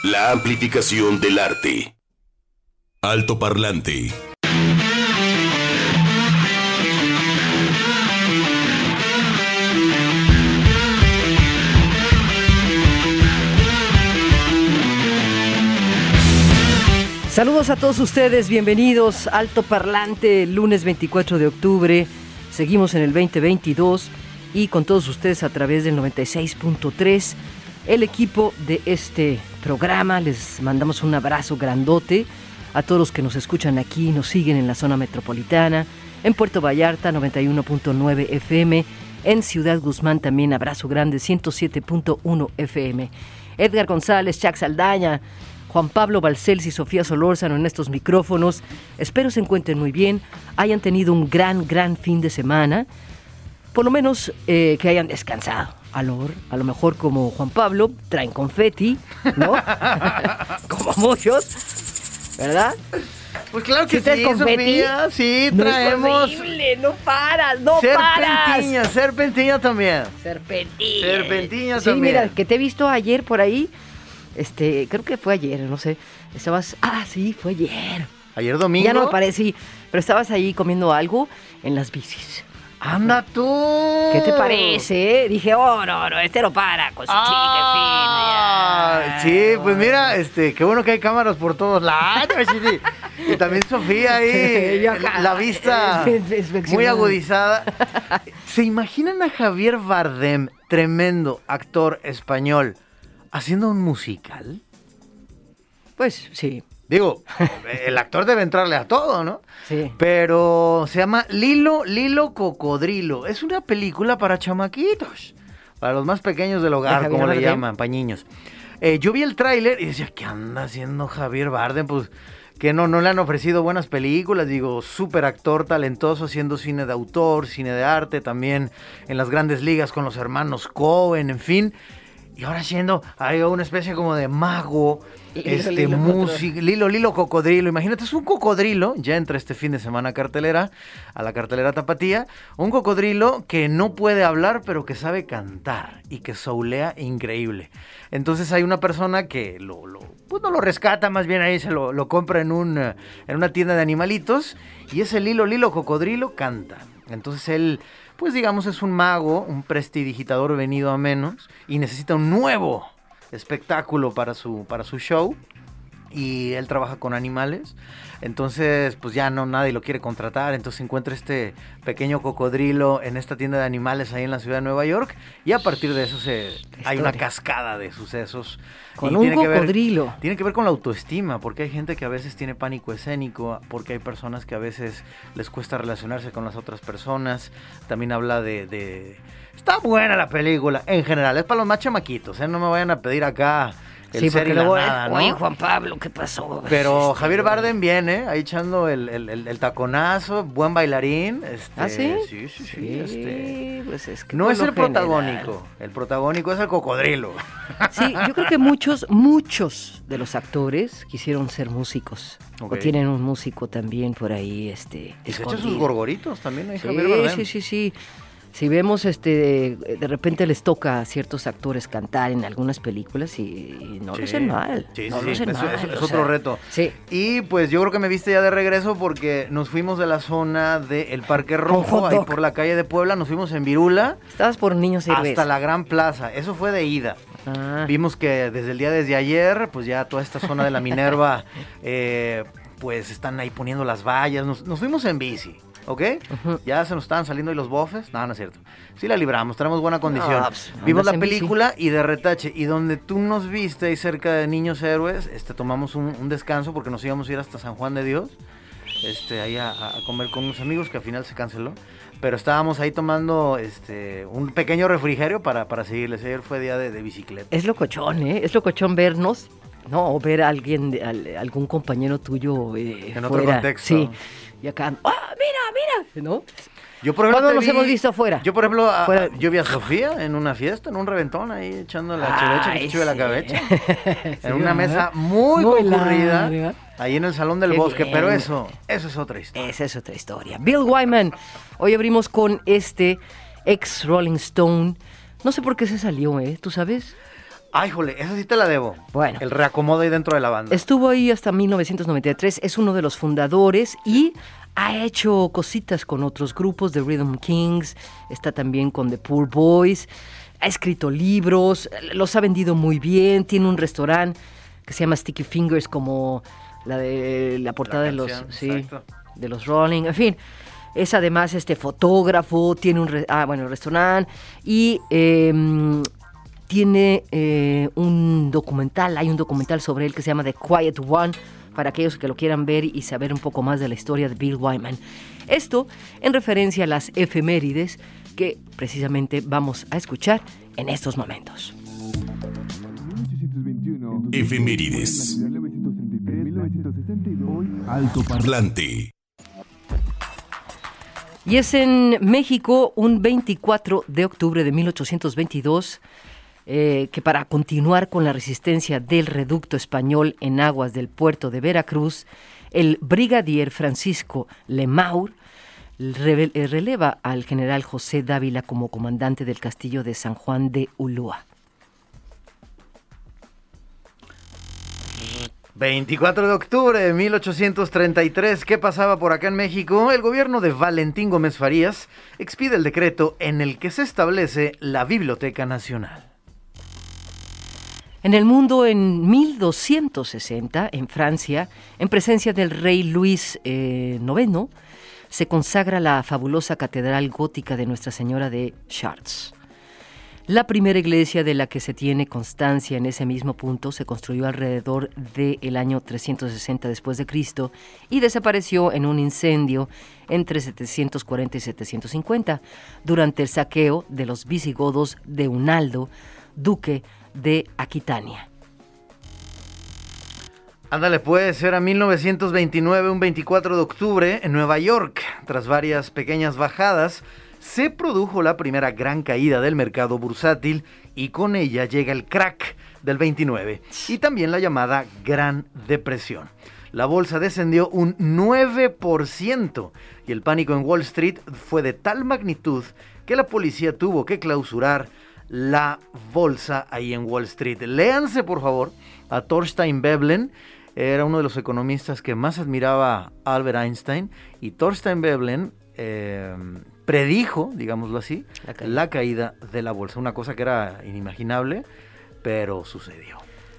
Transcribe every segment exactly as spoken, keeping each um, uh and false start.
La amplificación del arte. Altoparlante. Saludos a todos ustedes, bienvenidos a Altoparlante, lunes veinticuatro de octubre, seguimos en el veinte veintidós y con todos ustedes a través del noventa y seis punto tres, el equipo de este programa, les mandamos un abrazo grandote a todos los que nos escuchan aquí, nos siguen en la zona metropolitana, en Puerto Vallarta noventa y uno punto nueve F M, en Ciudad Guzmán también abrazo grande ciento siete punto uno F M, Edgar González, Chuck Saldaña, Juan Pablo Balcells y Sofía Solórzano en estos micrófonos. Espero se encuentren muy bien, hayan tenido un gran, gran fin de semana. Por lo menos eh, que hayan descansado. A lo, a lo mejor como Juan Pablo, traen confeti, ¿no? Como muchos, ¿verdad? Pues claro que ¿Sí sí, Sofía, sí, no traemos... Es posible, no paras, no serpentiña, paras. Serpentiña también. Serpentiña. Serpentiña sí, también. Sí, mira, que te he visto ayer por ahí. Este, creo que fue ayer, no sé, estabas, ah, sí, fue ayer. ¿Ayer domingo? Ya no me parece, sí, pero estabas ahí comiendo algo en las bicis. ¡Anda tú! ¿Qué te parece? Dije, oh, no, no, este no para con su ah, chica, en fin. Sí, pues mira, este, qué bueno que hay cámaras por todos lados. Y también Sofía ahí, la vista muy agudizada. ¿Se imaginan a Javier Bardem, tremendo actor español, haciendo un musical? Pues sí. Digo, el actor debe entrarle a todo, ¿no? Sí. Pero se llama Lilo, Lilo Cocodrilo. Es una película para chamaquitos, para los más pequeños del hogar, como le llaman, pañiños. Eh, yo vi el tráiler y decía, ¿qué anda haciendo Javier Bardem? Pues que no, no le han ofrecido buenas películas. Digo, súper actor talentoso, haciendo cine de autor, cine de arte, también en las grandes ligas con los hermanos Coen, en fin. Y ahora siendo hay una especie como de mago, Lilo, este músico, Lilo, Lilo Cocodrilo. Imagínate, es un cocodrilo, ya entra este fin de semana a cartelera, a la cartelera tapatía, un cocodrilo que no puede hablar, pero que sabe cantar y que soulea increíble. Entonces hay una persona que lo, lo pues no lo rescata, más bien ahí se lo, lo compra en, un, en una tienda de animalitos, y ese Lilo, Lilo Cocodrilo canta. Entonces él, pues digamos, es un mago, un prestidigitador venido a menos, y necesita un nuevo espectáculo para su, para su show, y él trabaja con animales. Entonces pues ya no nadie lo quiere contratar, entonces encuentra este pequeño cocodrilo en esta tienda de animales ahí en la ciudad de Nueva York, y a partir de eso se hay una cascada de sucesos con y un tiene cocodrilo. Que ver, tiene que ver con la autoestima, porque hay gente que a veces tiene pánico escénico, porque hay personas que a veces les cuesta relacionarse con las otras personas. También habla de, de... está buena la película en general, es para los más chamaquitos, ¿eh? No me vayan a pedir acá el sí, ser y la luego, nada, ¿no? Oye, Juan Pablo, ¿qué pasó? Pero este, Javier Bardem viene ahí echando el, el, el, el taconazo, buen bailarín. Este, ¿Ah, sí? Sí, sí, sí. sí este, pues es que no es el general. protagónico, el protagónico es el cocodrilo. Sí, yo creo que muchos, muchos de los actores quisieron ser músicos. Okay. O tienen un músico también por ahí, este, y se echa sus gorgoritos también, ahí, sí, Javier Bardem. Sí, sí, sí. Si vemos, este, de repente les toca a ciertos actores cantar en algunas películas y, y no sí, lo hacen mal. Sí, no sí, lo hacen es, mal, es, es o otro sea, reto. Sí. Y pues yo creo que me viste ya de regreso porque nos fuimos de la zona del Parque Rojo, ahí por la calle de Puebla, nos fuimos en Virula. Estabas por Niños Héroes. Hasta la Gran Plaza, eso fue de ida. Ah. Vimos que desde el día desde ayer, pues ya toda esta zona de la Minerva, eh, pues están ahí poniendo las vallas, nos, nos fuimos en bici. ¿Ok? Uh-huh. Ya se nos estaban saliendo ahí los bofes. No, no es cierto. Sí la libramos, tenemos buena condición. No, pues, vimos la película bici. Y de retache. Y donde tú nos viste ahí cerca de Niños Héroes, este, tomamos un, un descanso porque nos íbamos a ir hasta San Juan de Dios. Este, ahí a, a comer con unos amigos que al final se canceló. Pero estábamos ahí tomando este un pequeño refrigerio para, para seguirles. Ayer fue día de, de bicicleta. Es locochón, ¿eh? Es locochón vernos. No, o ver a alguien, a, algún compañero tuyo eh, en fuera. otro contexto. Sí. Y acá, ¡ah, mira, mira! ¿No? Yo, por ejemplo, ¿cuándo nos vi, hemos visto afuera? Yo, por ejemplo, a, a, yo vi a Sofía en una fiesta, en un reventón, ahí echando la chevecha, que chive la cabecha. Sí, en una mesa muy, muy concurrida, larga. Ahí en el Salón del Qué Bosque, bien. Pero eso, eso es otra historia. Esa es otra historia. Bill Wyman, hoy abrimos con este ex Rolling Stone. No sé por qué se salió, ¿eh? ¿Tú sabes? Ay, jole, esa sí te la debo. Bueno. El reacomodo ahí dentro de la banda. Estuvo ahí hasta mil novecientos noventa y tres, es uno de los fundadores y ha hecho cositas con otros grupos, The Rhythm Kings, está también con The Poor Boys, ha escrito libros, los ha vendido muy bien, tiene un restaurante que se llama Sticky Fingers, como la de la portada la canción, de los sí, de los Rolling, en fin. Es además este fotógrafo, tiene un re, ah, bueno, restaurante y eh, tiene eh, un documental, hay un documental sobre él que se llama The Quiet One, para aquellos que lo quieran ver y saber un poco más de la historia de Bill Wyman. Esto en referencia a las efemérides que precisamente vamos a escuchar en estos momentos. Efemérides. Alto Parlante. Y es en México un veinticuatro de octubre de mil ochocientos veintidós eh, que para continuar con la resistencia del reducto español en aguas del puerto de Veracruz, el brigadier Francisco Lemaur rele- releva al general José Dávila como comandante del castillo de San Juan de Ulúa. veinticuatro de octubre de mil ochocientos treinta y tres, ¿qué pasaba por acá en México? El gobierno de Valentín Gómez Farías expide el decreto en el que se establece la Biblioteca Nacional. En el mundo, en mil doscientos sesenta, en Francia, en presencia del rey Luis eh, noveno, se consagra la fabulosa catedral gótica de Nuestra Señora de Chartres. La primera iglesia de la que se tiene constancia en ese mismo punto se construyó alrededor del año trescientos sesenta después de Cristo y desapareció en un incendio entre setecientos cuarenta y setecientos cincuenta durante el saqueo de los visigodos de Unaldo, duque de Aquitania. Ándale pues, era mil novecientos veintinueve, un veinticuatro de octubre, en Nueva York. Tras varias pequeñas bajadas, se produjo la primera gran caída del mercado bursátil y con ella llega el crack del veintinueve y también la llamada Gran Depresión. La bolsa descendió un nueve por ciento y el pánico en Wall Street fue de tal magnitud que la policía tuvo que clausurar la bolsa ahí en Wall Street. Léanse por favor a Thorstein Veblen, era uno de los economistas que más admiraba a Albert Einstein, y Thorstein Veblen eh, predijo, digámoslo así, la caída. la caída de la bolsa, una cosa que era inimaginable, pero sucedió.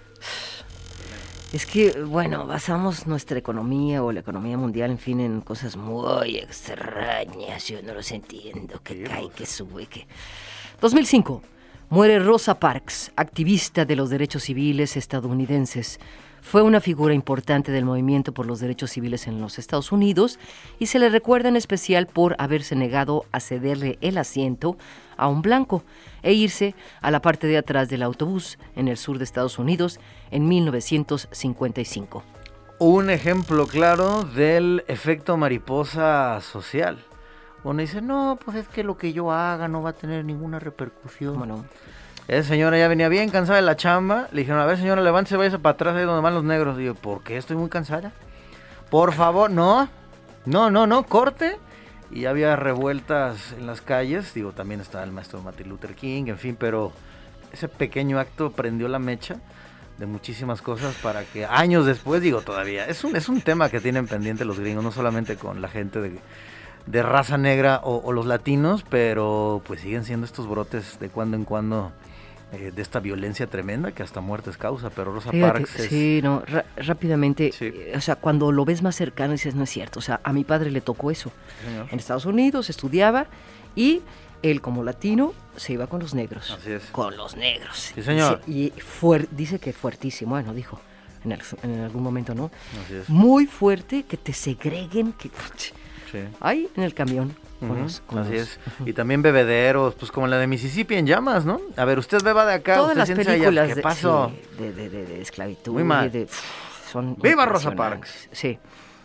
Es que, bueno, basamos nuestra economía o la economía mundial, en fin, en cosas muy extrañas. Yo no los entiendo, que cae, que sube, que... dos mil cinco. Muere Rosa Parks, activista de los derechos civiles estadounidenses. Fue una figura importante del movimiento por los derechos civiles en los Estados Unidos y se le recuerda en especial por haberse negado a cederle el asiento a un blanco e irse a la parte de atrás del autobús en el sur de Estados Unidos en mil novecientos cincuenta y cinco. Un ejemplo claro del efecto mariposa social. Uno dice, no, pues es que lo que yo haga no va a tener ninguna repercusión. Bueno, esa señora ya venía bien cansada de la chamba. Le dijeron, a ver señora, levántese, váyase para atrás, ahí donde van los negros. Y yo, ¿por qué estoy muy cansada? Por favor, no, no, no, no, corte. Y ya había revueltas en las calles. Digo, también estaba el maestro Martin Luther King, en fin, pero ese pequeño acto prendió la mecha de muchísimas cosas para que años después, digo, todavía, es un, es un tema que tienen pendiente los gringos, no solamente con la gente de... de raza negra o, o los latinos, pero pues siguen siendo estos brotes de cuando en cuando eh, de esta violencia tremenda que hasta muertes causa, pero Rosa fíjate, Parks es... Sí, no, ra- rápidamente, Sí. eh, o sea, cuando lo ves más cercano dices, no es cierto, o sea, a mi padre le tocó eso. Señor. En Estados Unidos estudiaba y él como latino se iba con los negros. Así es. Con los negros. Sí, señor. Y, y fuer- dice que fuertísimo, bueno, dijo en, el- en algún momento, ¿no? Así es. Muy fuerte, que te segreguen, que... Sí. Ahí en el camión. Con Ujú, los, con así los- es. Y también bebederos, pues como la de Mississippi en llamas, ¿no? A ver, usted beba de acá, Todas usted las siéntese allá. películas ¿Qué de, pasó? sí, de, de, de- de esclavitud. Muy mal. y de- pff, son ¡Viva Rosa impresionantes. Parks! Sí.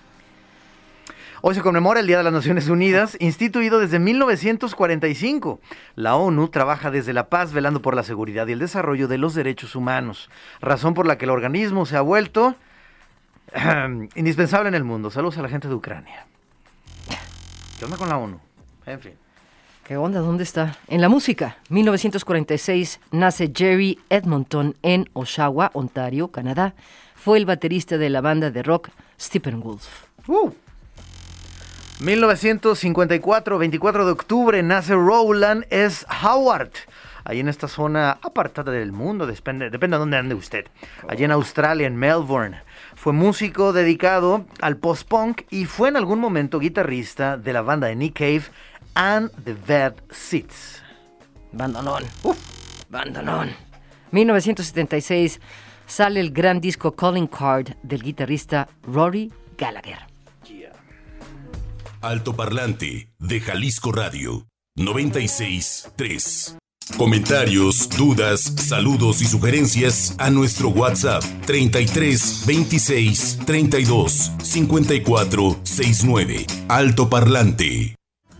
Hoy se conmemora el Día de las Naciones Unidas, instituido desde mil novecientos cuarenta y cinco. La ONU trabaja desde la paz, velando por la seguridad y el desarrollo de los derechos humanos, razón por la que el organismo se ha vuelto indispensable en el mundo. Saludos a la gente de Ucrania. ¿Qué onda con la ONU? En fin. ¿Qué onda? ¿Dónde está? En la música, mil novecientos cuarenta y seis nace Jerry Edmonton en Oshawa, Ontario, Canadá. Fue el baterista de la banda de rock Steppenwolf. Uh. mil novecientos cincuenta y cuatro, veinticuatro de octubre, nace Rowland S. Howard. Ahí en esta zona apartada del mundo, depende, depende de dónde ande usted. Allí en Australia, en Melbourne. Fue músico dedicado al post-punk y fue en algún momento guitarrista de la banda de Nick Cave and the Bad Seeds. Bandonón. Uf, bandonón. mil novecientos setenta y seis sale el gran disco Calling Card del guitarrista Rory Gallagher. Yeah. Altoparlante de Jalisco Radio noventa y seis punto tres. Comentarios, dudas, saludos y sugerencias a nuestro WhatsApp treinta y tres veintiséis treinta y dos cincuenta y cuatro sesenta y nueve. Altoparlante.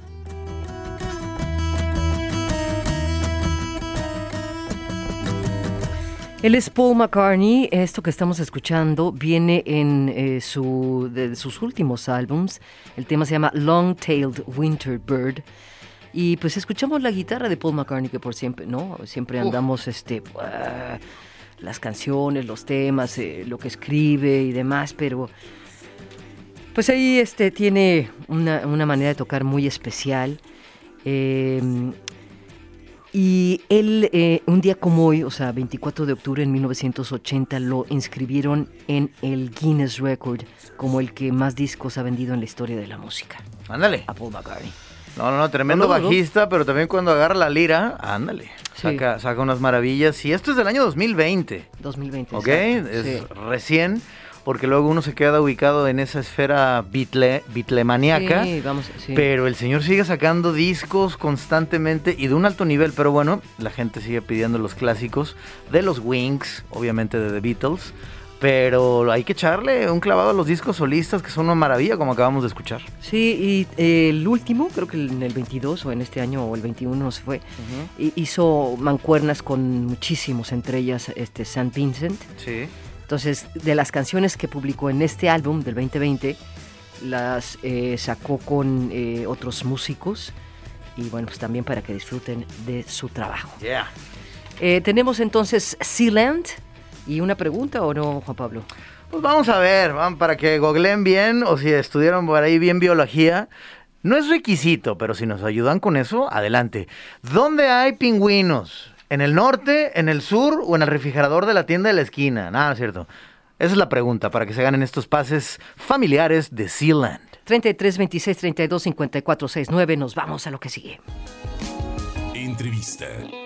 Él es Paul McCartney. Esto que estamos escuchando viene en eh, su, de sus últimos álbums. El tema se llama Long-Tailed Winter Bird. Y pues escuchamos la guitarra de Paul McCartney, que por siempre, ¿no? Siempre andamos, Uf. este, uh, las canciones, los temas, eh, lo que escribe y demás, pero pues ahí este tiene una, una manera de tocar muy especial. Eh, y él, eh, un día como hoy, o sea, veinticuatro de octubre de mil novecientos ochenta, lo inscribieron en el Guinness Record como el que más discos ha vendido en la historia de la música. Ándale. A Paul McCartney. No, no, no, tremendo no, no, bajista, no. Pero también cuando agarra la lira, ándale, sí. saca, saca unas maravillas. Y esto es del año dos mil veinte. dos mil veinte, ¿ok? Exacto, es sí. recién, porque luego uno se queda ubicado en esa esfera bitle, bitlemaniaca. Sí, vamos, sí. Pero el señor sigue sacando discos constantemente y de un alto nivel. Pero bueno, la gente sigue pidiendo los clásicos de los Wings, obviamente de The Beatles. Pero hay que echarle un clavado a los discos solistas, que son una maravilla, como acabamos de escuchar. Sí, y eh, el último, creo que en el veintidós o en este año o el veintiuno, no se fue, uh-huh. hizo mancuernas con muchísimos, entre ellas este, Saint Vincent. Sí. Entonces, de las canciones que publicó en este álbum del veinte veinte, las eh, sacó con eh, otros músicos y bueno, pues también para que disfruten de su trabajo. Yeah. Eh, tenemos entonces Sealand. ¿Y una pregunta o no, Juan Pablo? Pues vamos a ver, van para que googleen bien o si estudiaron por ahí bien biología. No es requisito, pero si nos ayudan con eso, adelante. ¿Dónde hay pingüinos? ¿En el norte, en el sur o en el refrigerador de la tienda de la esquina? Nada, no es cierto. Esa es la pregunta para que se ganen estos pases familiares de Sealand. treinta y tres veintiséis treinta y dos cincuenta y cuatro sesenta y nueve, nos vamos a lo que sigue. Entrevista.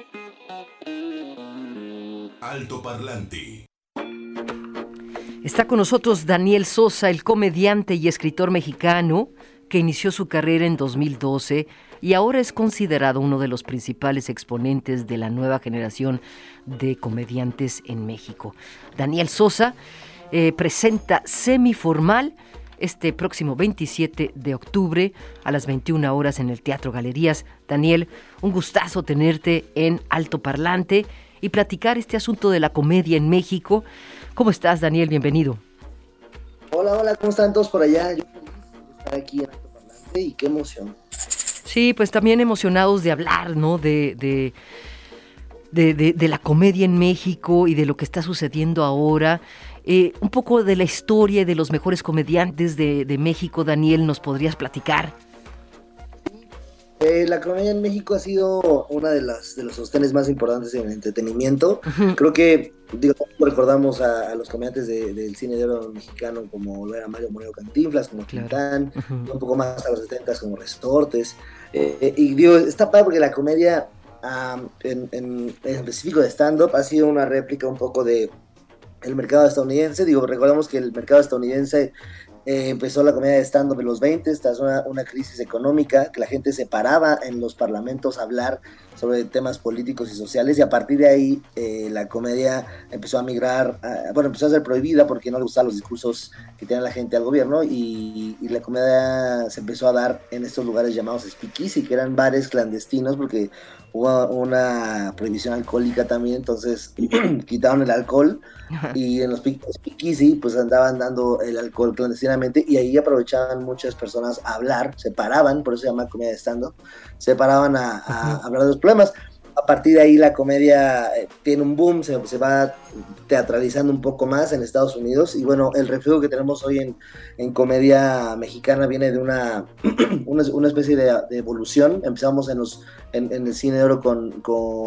Altoparlante. Está con nosotros Daniel Sosa, el comediante y escritor mexicano que inició su carrera en dos mil doce y ahora es considerado uno de los principales exponentes de la nueva generación de comediantes en México. Daniel Sosa eh, presenta Semiformal este próximo veintisiete de octubre a las veintiuna horas en el Teatro Galerías. Daniel, un gustazo tenerte en Altoparlante y platicar este asunto de la comedia en México. ¿Cómo estás, Daniel? Bienvenido. Hola, hola, ¿cómo están todos por allá? Yo feliz de estar aquí en Altoparlante y qué emoción. Sí, pues también emocionados de hablar, ¿no? De, de, de, de, de la comedia en México y de lo que está sucediendo ahora. Eh, un poco de la historia y de los mejores comediantes de, de México, Daniel, ¿nos podrías platicar? Eh, la comedia en México ha sido una de las de los sostenes más importantes en el entretenimiento. Uh-huh. Creo que, digo, recordamos a, a los comediantes de, del cine de oro mexicano como lo era Mario Moreno Cantinflas, como claro. Tintán, uh-huh. un poco más a los setentas como Resortes. Eh, y digo, está padre porque la comedia, um, en, en, en específico de stand-up, ha sido una réplica un poco de el mercado estadounidense. Digo, recordamos que el mercado estadounidense Eh, empezó la comedia de stand-up en los veinte, tras una, una crisis económica, que la gente se paraba en los parlamentos a hablar sobre temas políticos y sociales, y a partir de ahí eh, la comedia empezó a migrar, a, bueno, empezó a ser prohibida porque no le gustaban los discursos que tenía la gente al gobierno, y, y la comedia se empezó a dar en estos lugares llamados speakeasy, que eran bares clandestinos, porque hubo una prohibición alcohólica también, entonces quitaron el alcohol y en los speakeasy pues andaban dando el alcohol clandestinamente y ahí aprovechaban muchas personas a hablar, se paraban, por eso se llama comedia de stand-up, se paraban a, a hablar de los problemas. A partir de ahí la comedia eh, tiene un boom, se, se va teatralizando un poco más en Estados Unidos y bueno, el reflejo que tenemos hoy en, en comedia mexicana viene de una, una, una especie de, de evolución. Empezamos en, los, en, en el cine de oro con,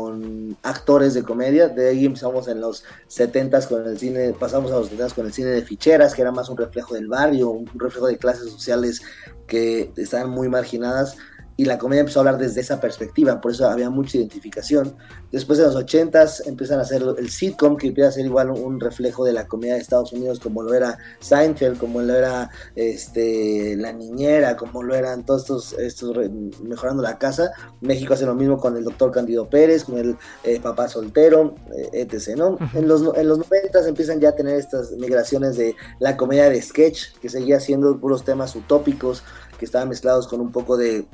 con actores de comedia, de ahí empezamos en los setentas con el cine, pasamos a los setentas con el cine de ficheras, que era más un reflejo del barrio, un reflejo de clases sociales que estaban muy marginadas. Y la comedia empezó a hablar desde esa perspectiva, por eso había mucha identificación. Después de los ochentas empiezan a hacer el sitcom, que empieza a ser igual un reflejo de la comedia de Estados Unidos, como lo era Seinfeld, como lo era este, La Niñera, como lo eran todos estos, estos Mejorando la Casa. México hace lo mismo con el doctor Cándido Pérez, con el eh, Papá Soltero, eh, etcétera, ¿no? En los, en los noventas empiezan ya a tener estas migraciones de la comedia de sketch, que seguía siendo puros temas utópicos, que estaban mezclados con un poco de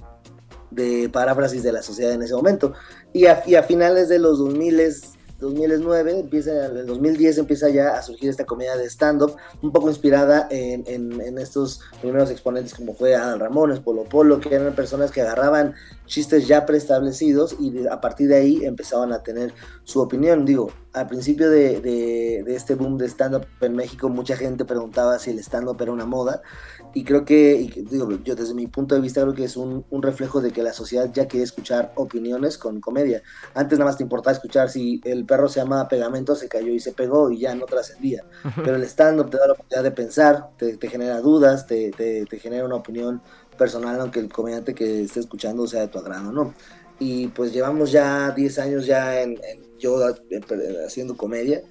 de paráfrasis de la sociedad en ese momento, y a, y a finales de los dos mil, dos mil nueve, empieza, en el dos mil diez empieza ya a surgir esta comedia de stand-up, un poco inspirada en, en, en estos primeros exponentes como fue Adal Ramones, Polo Polo, que eran personas que agarraban chistes ya preestablecidos y de, a partir de ahí empezaban a tener su opinión. Digo, al principio de, de, de este boom de stand-up en México, mucha gente preguntaba si el stand-up era una moda, y creo que, y digo, yo desde mi punto de vista creo que es un, un reflejo de que la sociedad ya quiere escuchar opiniones con comedia. Antes nada más te importaba escuchar si el perro se llamaba Pegamento, se cayó y se pegó y ya no trascendía. Pero el stand-up te da la oportunidad de pensar, te, te genera dudas, te, te, te genera una opinión personal, aunque el comediante que esté escuchando sea de tu agrado, ¿no? Y pues llevamos ya diez años ya en, en yo haciendo comedia,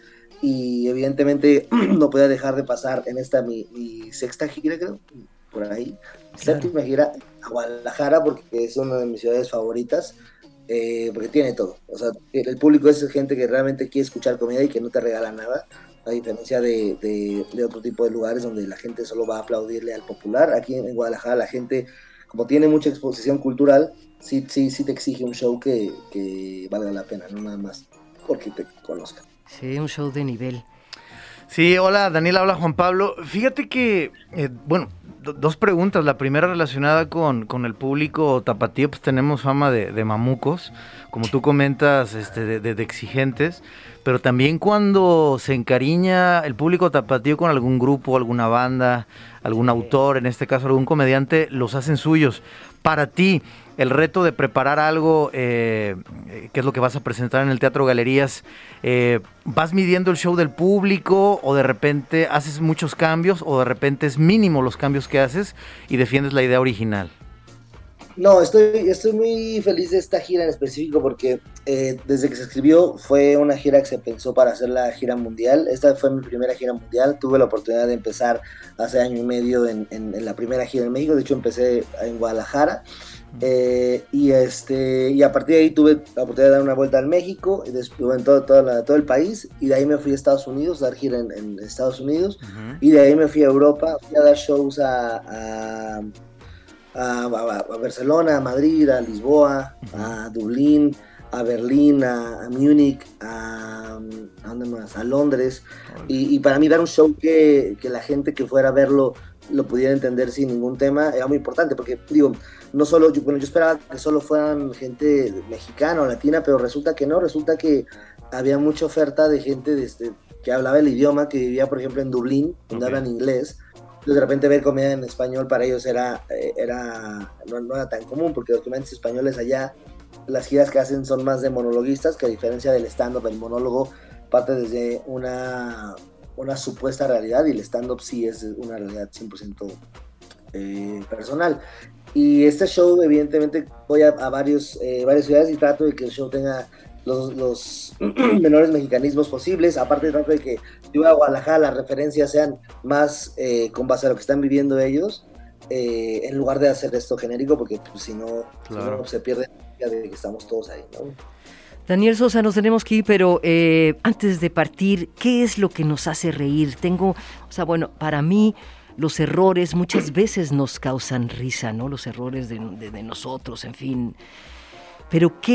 y evidentemente no podía dejar de pasar en esta mi, mi sexta gira, creo, por ahí, claro. Séptima gira a Guadalajara, porque es una de mis ciudades favoritas, eh, porque tiene todo. O sea, el público es gente que realmente quiere escuchar comedia y que no te regala nada, a diferencia de, de, de otro tipo de lugares donde la gente solo va a aplaudirle al popular. Aquí en Guadalajara la gente, como tiene mucha exposición cultural, sí, sí, sí te exige un show que, que valga la pena, no nada más porque te conozcan. Sí, un show de nivel. Sí, hola, Daniel, habla Juan Pablo. Fíjate que, eh, bueno, do, dos preguntas. La primera relacionada con, con el público tapatío, pues tenemos fama de, de mamucos, como tú comentas, este, de, de, de exigentes, pero también cuando se encariña el público tapatío con algún grupo, alguna banda, algún autor, en este caso algún comediante, los hacen suyos. Para ti, el reto de preparar algo, eh, que es lo que vas a presentar en el Teatro Galerías, eh, ¿vas midiendo el show del público o de repente haces muchos cambios o de repente es mínimo los cambios que haces y defiendes la idea original? No, estoy, estoy muy feliz de esta gira en específico porque eh, desde que se escribió fue una gira que se pensó para hacer la gira mundial. Esta fue mi primera gira mundial. Tuve la oportunidad de empezar hace año y medio en, en, en la primera gira en México. De hecho, empecé en Guadalajara. Eh, y este y a partir de ahí tuve la oportunidad de dar una vuelta en México y después en todo, todo, la, todo el país, y de ahí me fui a Estados Unidos a dar gira en, en Estados Unidos. Uh-huh. Y de ahí me fui a Europa, fui a dar shows a, a A, a, a Barcelona, a Madrid, a Lisboa, a Dublín, a Berlín, a, a Múnich, a, a, ¿dónde más? A Londres, y, y para mí dar un show que, que la gente que fuera a verlo lo pudiera entender sin ningún tema era muy importante, porque digo, no solo, yo, bueno, yo esperaba que solo fueran gente mexicana o latina, pero resulta que no, resulta que había mucha oferta de gente desde, que hablaba el idioma, que vivía por ejemplo en Dublín, donde okay. hablan inglés. Entonces, de repente ver comedia en español para ellos era, era no, no era tan común, porque los comediantes españoles allá, las giras que hacen son más de monologuistas, que a diferencia del stand-up, el monólogo parte desde una, una supuesta realidad, y el stand-up sí es una realidad cien por ciento eh, personal. Y este show, evidentemente, voy a, a varios, eh, varias ciudades y trato de que el show tenga los, los menores mexicanismos posibles. Aparte trato de que si voy a Guadalajara las referencias sean más eh, con base a lo que están viviendo ellos, eh, en lugar de hacer esto genérico, porque pues, si no, claro. si no se pierde la idea de que estamos todos ahí, ¿no? Daniel Sosa, nos tenemos que ir, pero eh, antes de partir, ¿qué es lo que nos hace reír? Tengo, o sea, bueno, para mí los errores muchas veces nos causan risa, ¿no? Los errores de, de, de nosotros, en fin. Pero ¿qué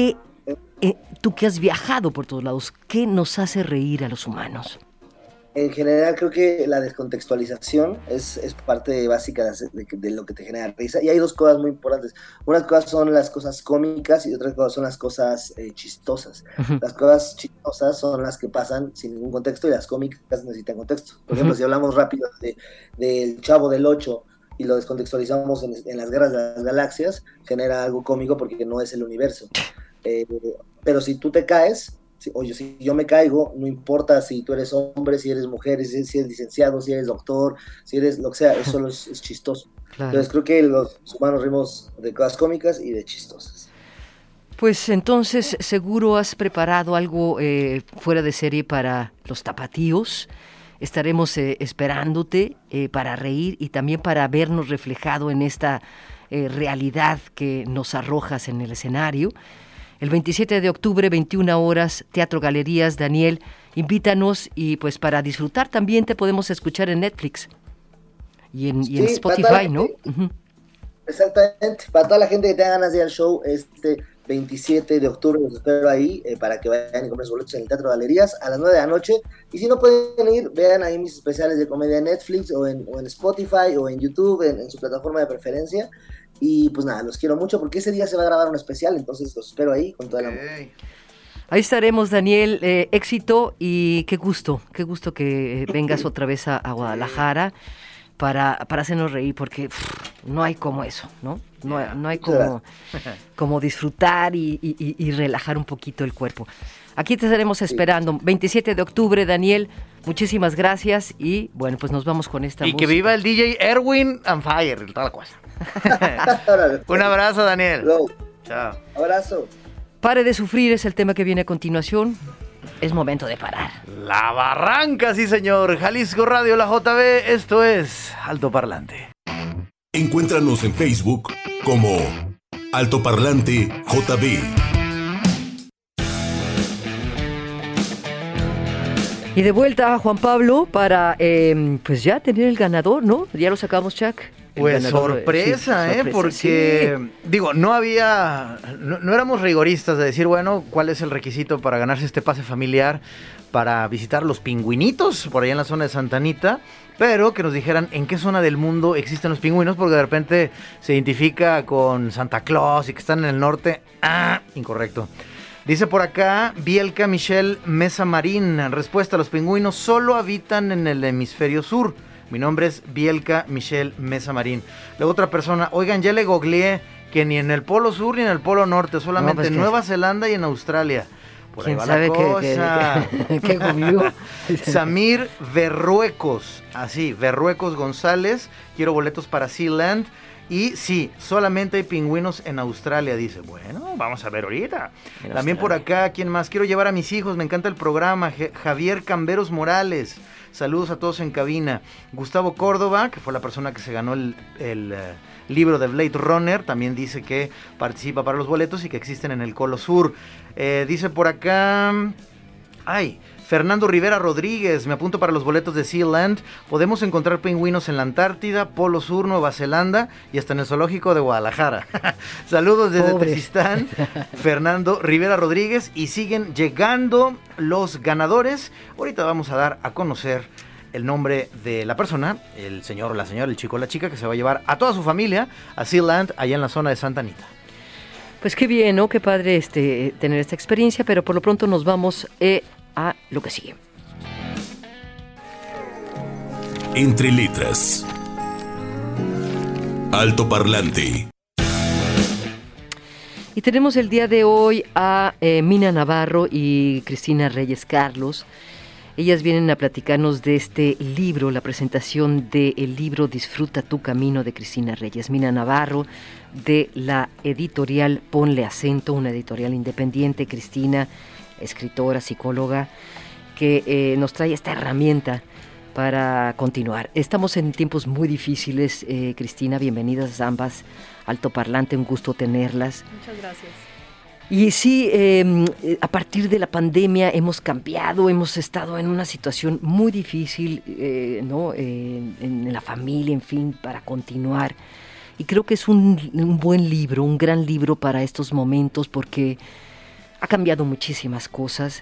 eh, tú que has viajado por todos lados, ¿qué nos hace reír a los humanos? En general creo que la descontextualización es, es parte básica de, de, de lo que te genera risa. Y hay dos cosas muy importantes. Unas cosas son las cosas cómicas y otras cosas son las cosas eh, chistosas. Uh-huh. Las cosas chistosas son las que pasan sin ningún contexto y las cómicas necesitan contexto. Por ejemplo, uh-huh. si hablamos rápido de, del Chavo del Ocho y lo descontextualizamos en, en las guerras de las galaxias, genera algo cómico porque no es el universo. Eh, pero si tú te caes... Oye, si yo me caigo, no importa si tú eres hombre, si eres mujer, si, si eres licenciado, si eres doctor, si eres lo que sea, eso solo es, es chistoso. Claro. Entonces creo que los humanos rimos de cosas cómicas y de chistosas. Pues entonces seguro has preparado algo eh, fuera de serie para los tapatíos. Estaremos eh, esperándote eh, para reír y también para vernos reflejado en esta eh, realidad que nos arrojas en el escenario. El veintisiete de octubre, veintiuna horas, Teatro Galerías. Daniel, invítanos y pues para disfrutar también te podemos escuchar en Netflix y en, sí, y en Spotify, ¿no? Uh-huh. Exactamente. Para toda la gente que tenga ganas de ir al show, este veintisiete de octubre los espero ahí eh, para que vayan y compren sus boletos en el Teatro Galerías a las nueve de la noche. Y si no pueden ir, vean ahí mis especiales de comedia en Netflix o en, o en Spotify o en YouTube, en, en su plataforma de preferencia. Y pues nada, los quiero mucho porque ese día se va a grabar un especial, entonces los espero ahí con todo el amor. Ahí estaremos, Daniel, eh, éxito y qué gusto, qué gusto que vengas otra vez a, a Guadalajara para, para hacernos reír, porque pff, no hay como eso, ¿no? No, no hay como, como disfrutar y, y, y relajar un poquito el cuerpo. Aquí te estaremos esperando. veintisiete de octubre, Daniel, muchísimas gracias y bueno, pues nos vamos con esta y música. Y que viva el D J Erwin and Fire, toda la cosa. Un abrazo, Daniel. Hello. Chao. Abrazo. Pare de sufrir es el tema que viene a continuación. Es momento de parar. La Barranca, sí señor. Jalisco Radio, la J B. Esto es Alto Parlante. Encuéntranos en Facebook como Alto Parlante J B. Y de vuelta a Juan Pablo para eh, pues ya tener el ganador, ¿no? Ya lo sacamos, Chuck. Pues sorpresa, sí, ¿eh? Sorpresa, porque, sí. digo, no había, no, no éramos rigoristas de decir, bueno, ¿cuál es el requisito para ganarse este pase familiar para visitar los pingüinitos por allá en la zona de Santa Anita? Pero que nos dijeran en qué zona del mundo existen los pingüinos, porque de repente se identifica con Santa Claus y que están en el norte. Ah, incorrecto. Dice por acá, Bielka Michelle Mesa Marín, en respuesta, los pingüinos solo habitan en el hemisferio sur. Mi nombre es Bielka Michelle Mesa Marín. Luego otra persona, oigan, ya le googleé que ni en el polo sur ni en el polo norte, solamente no, pues en Nueva Zelanda y en Australia. Por ahí va la cosa. ¿Qué, qué, qué Samir Berruecos, así, Berruecos González, quiero boletos para Sealand. Y sí, solamente hay pingüinos en Australia, dice. Bueno, vamos a ver ahorita. En También Australia. Por acá, ¿quién más? Quiero llevar a mis hijos, me encanta el programa. Javier Camberos Morales, saludos a todos en cabina. Gustavo Córdoba, que fue la persona que se ganó el, el uh, libro de Blade Runner, también dice que participa para los boletos y que existen en el Colo Sur. Eh, dice por acá... ¡Ay! Fernando Rivera Rodríguez, me apunto para los boletos de Sealand. Podemos encontrar pingüinos en la Antártida, Polo Sur, Nueva Zelanda y hasta en el zoológico de Guadalajara. Saludos desde Pobre. Tezistán, Fernando Rivera Rodríguez. Y siguen llegando los ganadores. Ahorita vamos a dar a conocer el nombre de la persona, el señor o la señora, el chico o la chica, que se va a llevar a toda su familia a Sealand, allá en la zona de Santa Anita. Pues qué bien, ¿no? Qué padre este, tener esta experiencia, pero por lo pronto nos vamos eh, a lo que sigue. Entre letras. Alto Parlante. Y tenemos el día de hoy a eh, Mina Navarro y Cristina Reyes Carlos. Ellas vienen a platicarnos de este libro, la presentación del libro Disfruta tu camino de Cristina Reyes. Mina Navarro, de la editorial Ponle Acento, una editorial independiente. Cristina, escritora, psicóloga, que eh, nos trae esta herramienta para continuar. Estamos en tiempos muy difíciles, eh, Cristina, bienvenidas ambas, Alto Parlante, un gusto tenerlas. Muchas gracias. Y sí, eh, a partir de la pandemia hemos cambiado, hemos estado en una situación muy difícil, eh, ¿no? Eh, en, en la familia, en fin, para continuar. Y creo que es un, un buen libro, un gran libro para estos momentos, porque ha cambiado muchísimas cosas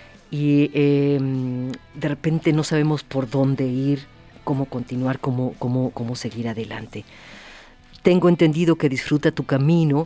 y eh, de repente no sabemos por dónde ir, cómo continuar, cómo, cómo, cómo seguir adelante. Tengo entendido que Disfruta tu camino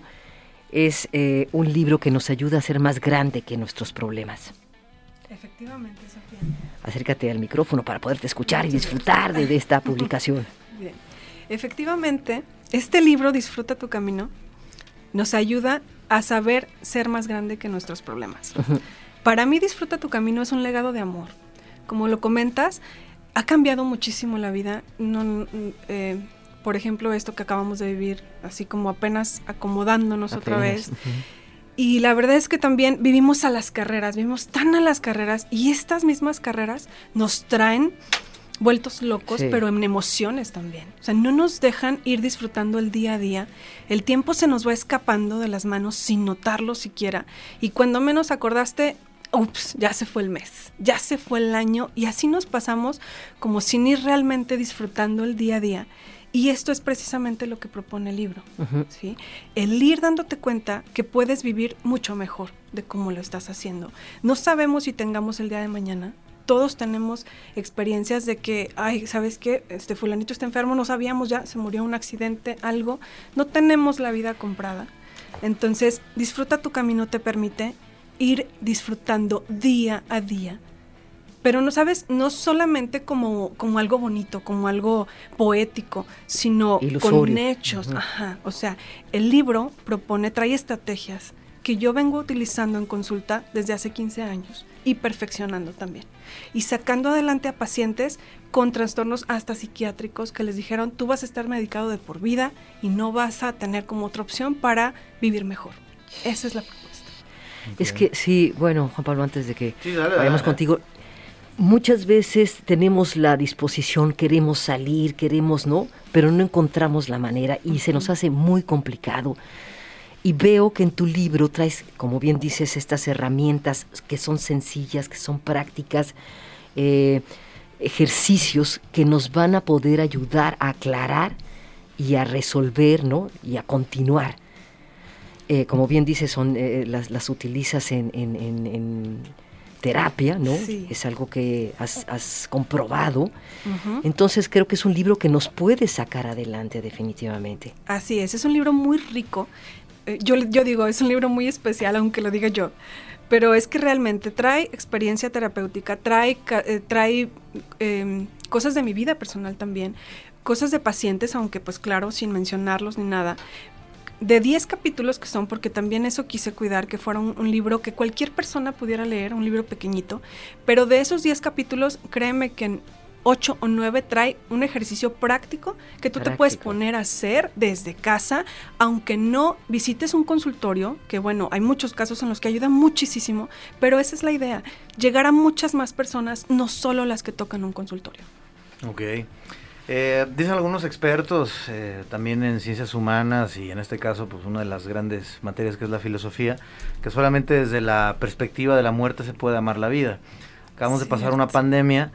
es eh, un libro que nos ayuda a ser más grande que nuestros problemas. Efectivamente, Sofía. Acércate al micrófono para poderte escuchar y disfrutar de, de esta publicación. Bien. Efectivamente, este libro, Disfruta tu camino, nos ayuda a saber ser más grande que nuestros problemas. Uh-huh. Para mí, Disfruta tu camino es un legado de amor. Como lo comentas, ha cambiado muchísimo la vida. No, eh, por ejemplo, esto que acabamos de vivir, así como apenas acomodándonos apenas. otra vez. Uh-huh. Y la verdad es que también vivimos a las carreras, vivimos tan a las carreras, y estas mismas carreras nos traen vueltos locos, sí. pero en emociones también. O sea, no nos dejan ir disfrutando el día a día. El tiempo se nos va escapando de las manos sin notarlo siquiera. Y cuando menos acordaste, ups, ya se fue el mes, ya se fue el año, y así nos pasamos como sin ir realmente disfrutando el día a día. Y esto es precisamente lo que propone el libro, uh-huh. ¿sí? El ir dándote cuenta que puedes vivir mucho mejor de cómo lo estás haciendo. No sabemos si tengamos el día de mañana. Todos tenemos experiencias de que, ay, ¿sabes qué? Este fulanito está enfermo, no sabíamos ya, se murió en un accidente, algo. No tenemos la vida comprada. Entonces, Disfruta tu camino te permite ir disfrutando día a día. Pero no sabes, no solamente como, como algo bonito, como algo poético, sino ilusorio. Con hechos. Uh-huh. Ajá. O sea, el libro propone, trae estrategias que yo vengo utilizando en consulta desde hace quince años y perfeccionando también. Y sacando adelante a pacientes con trastornos hasta psiquiátricos que les dijeron, tú vas a estar medicado de por vida y no vas a tener como otra opción para vivir mejor. Esa es la propuesta. Okay. Es que sí, bueno, Juan Pablo, antes de que sí, dale, vayamos dale. contigo... Muchas veces tenemos la disposición, queremos salir, queremos, ¿no? Pero no encontramos la manera y uh-huh. se nos hace muy complicado. Y veo que en tu libro traes, como bien dices, estas herramientas que son sencillas, que son prácticas, eh, ejercicios que nos van a poder ayudar a aclarar y a resolver, ¿no? Y a continuar. Eh, como bien dices, son, eh, las, las utilizas en... en, en, en terapia, ¿no? Sí. Es algo que has, has comprobado. Uh-huh. Entonces creo que es un libro que nos puede sacar adelante definitivamente. Así es, es un libro muy rico. Eh, yo, yo digo, es un libro muy especial, aunque lo diga yo. Pero es que realmente trae experiencia terapéutica, trae, eh, trae eh, cosas de mi vida personal también, cosas de pacientes, aunque pues claro, sin mencionarlos ni nada. De diez capítulos que son, porque también eso quise cuidar, que fuera un, un libro que cualquier persona pudiera leer, un libro pequeñito, pero de esos diez capítulos, créeme que en ocho o nueve trae un ejercicio práctico que tú práctico. te puedes poner a hacer desde casa, aunque no visites un consultorio, que bueno, hay muchos casos en los que ayuda muchísimo, pero esa es la idea, llegar a muchas más personas, no solo las que tocan un consultorio. Ok. Eh, dicen algunos expertos, eh, también en ciencias humanas y en este caso pues una de las grandes materias que es la filosofía, que solamente desde la perspectiva de la muerte se puede amar la vida. Acabamos sí, de pasar una pandemia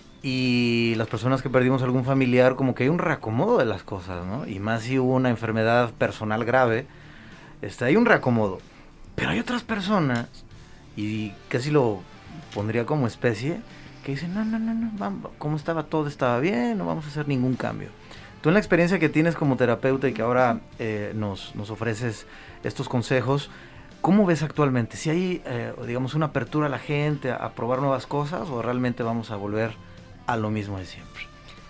y las personas que perdimos algún familiar, como que hay un reacomodo de las cosas, ¿no? Y más si hubo una enfermedad personal grave, este, hay un reacomodo. Pero hay otras personas, y casi lo pondría como especie, que dicen, no, no, no, no, vamos, como estaba todo estaba bien, no vamos a hacer ningún cambio. Tú en la experiencia que tienes como terapeuta y que ahora eh, nos, nos ofreces estos consejos, ¿cómo ves actualmente? ¿Si hay, eh, digamos, una apertura a la gente a, a probar nuevas cosas o realmente vamos a volver a lo mismo de siempre?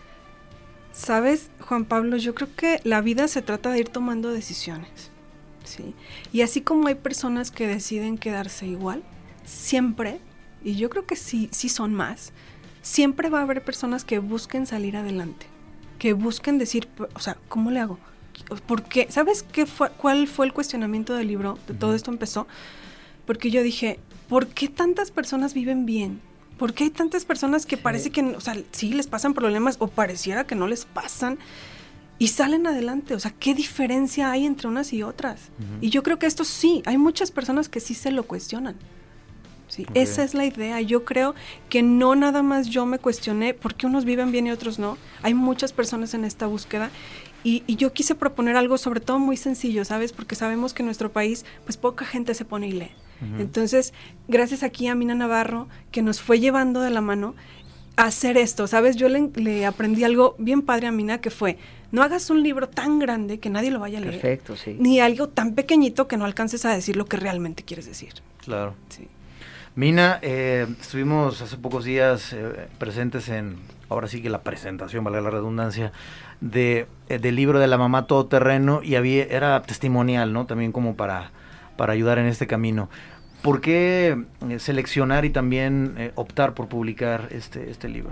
Sabes, Juan Pablo, yo creo que la vida se trata de ir tomando decisiones, ¿sí? Y así como hay personas que deciden quedarse igual, siempre... y yo creo que sí, sí son más, siempre va a haber personas que busquen salir adelante, que busquen decir, o sea, ¿cómo le hago? ¿Por qué? ¿Sabes qué fue, cuál fue el cuestionamiento del libro? De todo esto empezó, porque yo dije, ¿por qué tantas personas viven bien? ¿Por qué hay tantas personas que parece que, o sea, sí les pasan problemas o pareciera que no les pasan y salen adelante? O sea, ¿qué diferencia hay entre unas y otras? Uh-huh. Y yo creo que esto sí, hay muchas personas que sí se lo cuestionan. Sí, okay. Esa es la idea. Yo creo que no nada más yo me cuestioné por qué unos viven bien y otros no. Hay muchas personas en esta búsqueda y, y yo quise proponer algo sobre todo muy sencillo, ¿sabes? Porque sabemos que en nuestro país pues poca gente se pone y lee. Uh-huh. Entonces, gracias aquí a Mina Navarro, que nos fue llevando de la mano a hacer esto, ¿sabes? Yo le, le aprendí algo bien padre a Mina, que fue, no hagas un libro tan grande que nadie lo vaya a leer. Perfecto, sí. Ni algo tan pequeñito que no alcances a decir lo que realmente quieres decir. Claro. Sí. Mina, eh, estuvimos hace pocos días eh, presentes en, ahora sí que la presentación, valga la redundancia, de, eh, del libro de la mamá todoterreno, y había, era testimonial, ¿no? También como para, para ayudar en este camino. ¿Por qué eh, seleccionar y también eh, optar por publicar este, este libro?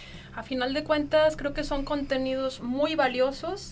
A final de cuentas, creo que son contenidos muy valiosos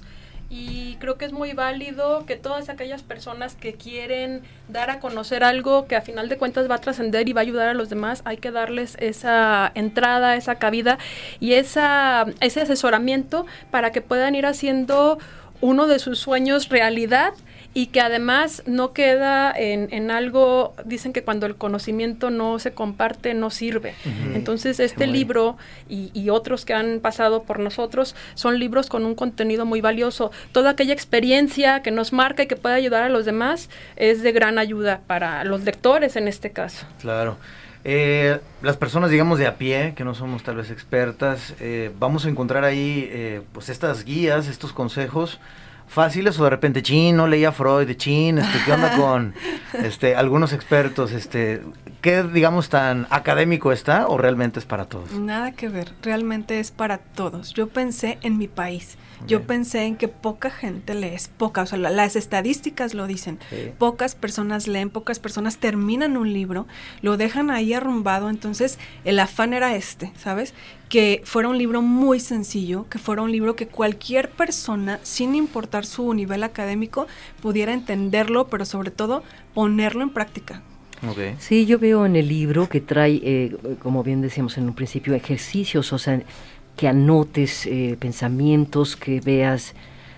y creo que es muy válido que todas aquellas personas que quieren dar a conocer algo que a final de cuentas va a trascender y va a ayudar a los demás, hay que darles esa entrada, esa cabida y esa, ese asesoramiento para que puedan ir haciendo uno de sus sueños realidad. Y que además no queda en, en algo, dicen que cuando el conocimiento no se comparte, no sirve. Uh-huh. Entonces, este bueno. libro y, y otros que han pasado por nosotros son libros con un contenido muy valioso. Toda aquella experiencia que nos marca y que puede ayudar a los demás es de gran ayuda para los lectores en este caso. Claro. Eh, las personas, digamos, de a pie, que no somos tal vez expertas, eh, vamos a encontrar ahí eh, pues estas guías, estos consejos fáciles, o de repente, chin, no leía Freud, de chin, este, ¿qué onda con este, algunos expertos? Este, ¿qué, digamos, tan académico está o realmente es para todos? Nada que ver, realmente es para todos. Yo pensé en mi país, okay. Yo pensé en que poca gente lee, es poca, o sea, la, las estadísticas lo dicen, sí. Pocas personas leen, pocas personas terminan un libro, lo dejan ahí arrumbado, entonces el afán era este, ¿sabes? Que fuera un libro muy sencillo, que fuera un libro que cualquier persona, sin importar su nivel académico, pudiera entenderlo, pero sobre todo ponerlo en práctica. Okay. Sí, yo veo en el libro que trae, eh, como bien decíamos en un principio, ejercicios, o sea, que anotes eh, pensamientos, que veas,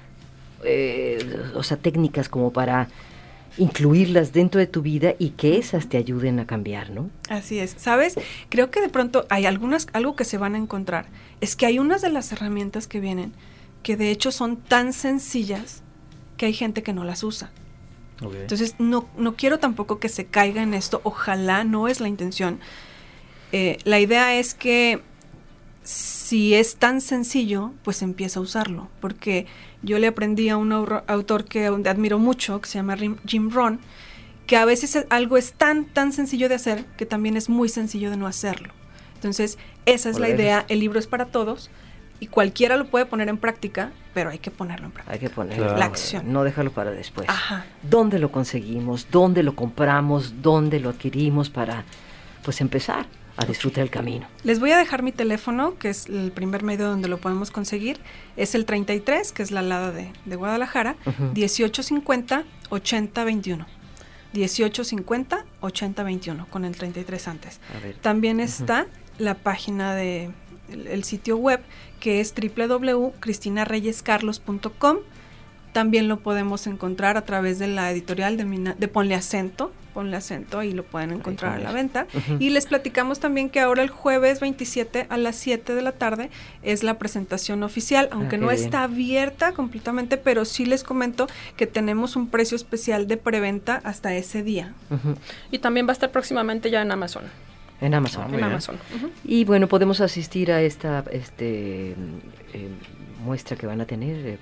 eh, o sea, técnicas como para incluirlas dentro de tu vida y que esas te ayuden a cambiar, ¿no? Así es. ¿Sabes? Creo que de pronto hay algunas, algo que se van a encontrar, es que hay unas de las herramientas que vienen que de hecho son tan sencillas que hay gente que no las usa. Okay. Entonces, no, no quiero tampoco que se caiga en esto, ojalá, no es la intención. Eh, la idea es que si es tan sencillo, pues empieza a usarlo, porque yo le aprendí a un autor que admiro mucho, que se llama Jim Rohn, que a veces algo es tan, tan sencillo de hacer, que también es muy sencillo de no hacerlo. Entonces, esa es Hola, la idea, el libro es para todos, y cualquiera lo puede poner en práctica, pero hay que ponerlo en práctica. Hay que ponerlo, claro. La acción. No dejarlo para después. Ajá. ¿Dónde lo conseguimos? ¿Dónde lo compramos? ¿Dónde lo adquirimos para, pues, empezar a disfrutar el camino? Les voy a dejar mi teléfono, que es el primer medio donde lo podemos conseguir. Es el treinta y tres, que es la alada de, de Guadalajara, uh-huh. dieciocho cincuenta, ochenta veintiuno. dieciocho cincuenta, ochenta veintiuno, con el treinta y tres antes. También está uh-huh. la página de el, el sitio web, que es doble u doble u doble u punto cristina reyes carlos punto com. También lo podemos encontrar a través de la editorial de, Mina, de Ponle Acento, Ponle Acento, ahí lo pueden encontrar a la venta. Uh-huh. Y les platicamos también que ahora el jueves veintisiete a las siete de la tarde es la presentación oficial, aunque ah, no bien. Está abierta completamente, pero sí les comento que tenemos un precio especial de preventa hasta ese día. Uh-huh. Y también va a estar próximamente ya en Amazon. En Amazon. Ah, en Amazon. Uh-huh. Y bueno, podemos asistir a esta este eh, muestra que van a tener. Eh.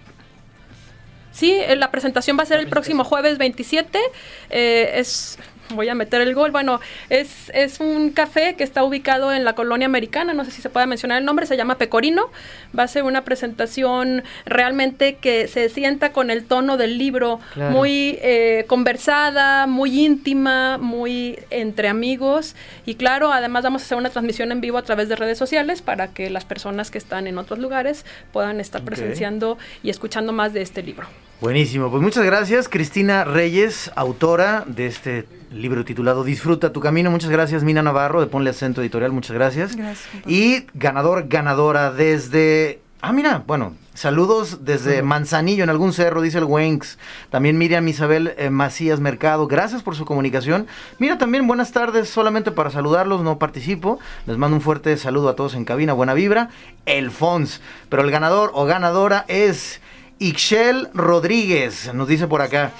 Sí, la presentación va a ser el próximo jueves veintisiete. Eh, es... Voy a meter el gol. Bueno, es, es un café que está ubicado en la colonia americana, no sé si se puede mencionar el nombre, se llama Pecorino. Va a ser una presentación realmente que se sienta con el tono del libro, claro. muy eh, conversada, muy íntima, muy entre amigos. Y claro, además vamos a hacer una transmisión en vivo a través de redes sociales para que las personas que están en otros lugares puedan estar okay. presenciando y escuchando más de este libro. Buenísimo, pues muchas gracias, Cristina Reyes, autora de este libro titulado Disfruta tu camino. Muchas gracias, Mina Navarro, de Ponle Acento Editorial, muchas gracias. Gracias. Y ganador, ganadora desde... Ah, mira, bueno, saludos desde uh-huh. Manzanillo, en algún cerro, dice el Wenx. También Miriam Isabel eh, Macías Mercado, gracias por su comunicación. Mira, también buenas tardes, solamente para saludarlos, no participo. Les mando un fuerte saludo a todos en cabina, buena vibra. El Fons, pero el ganador o ganadora es Ixchel Rodríguez, nos dice por acá.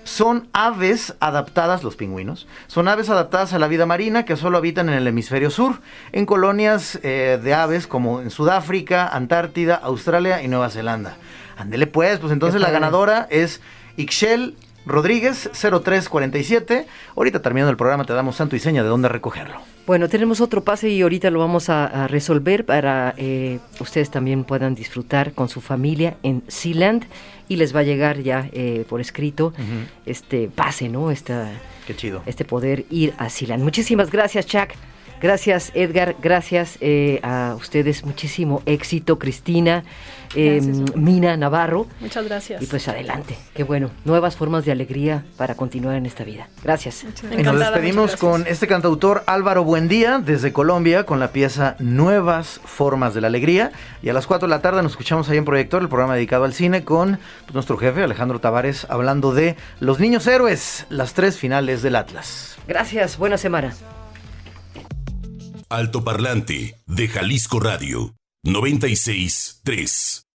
son aves adaptadas, los pingüinos, son aves adaptadas a la vida marina que solo habitan en el hemisferio sur, en colonias eh, de aves como en Sudáfrica, Antártida, Australia y Nueva Zelanda. Ándele pues, pues entonces la ganadora es Ixchel Rodríguez, cero tres cuarenta y siete. Ahorita terminando el programa te damos santo y seña de dónde recogerlo. Bueno, tenemos otro pase y ahorita lo vamos a, a resolver para eh, ustedes también puedan disfrutar con su familia en Sealand y les va a llegar ya eh, por escrito uh-huh. este pase, ¿no? Esta, Qué chido. Este poder ir a Sealand. Muchísimas gracias, Chuck. Gracias, Edgar. Gracias eh, a ustedes. Muchísimo éxito, Cristina, eh, Mina Navarro. Muchas gracias. Y pues adelante. Qué bueno. Nuevas formas de alegría para continuar en esta vida. Gracias. Y nos despedimos con este cantautor Álvaro Buendía desde Colombia con la pieza Nuevas Formas de la Alegría. Y a las cuatro de la tarde nos escuchamos ahí en Proyector, el programa dedicado al cine, con pues, nuestro jefe Alejandro Tavares hablando de Los Niños Héroes, las tres finales del Atlas. Gracias. Buena semana. Altoparlante de Jalisco Radio noventa y seis punto tres.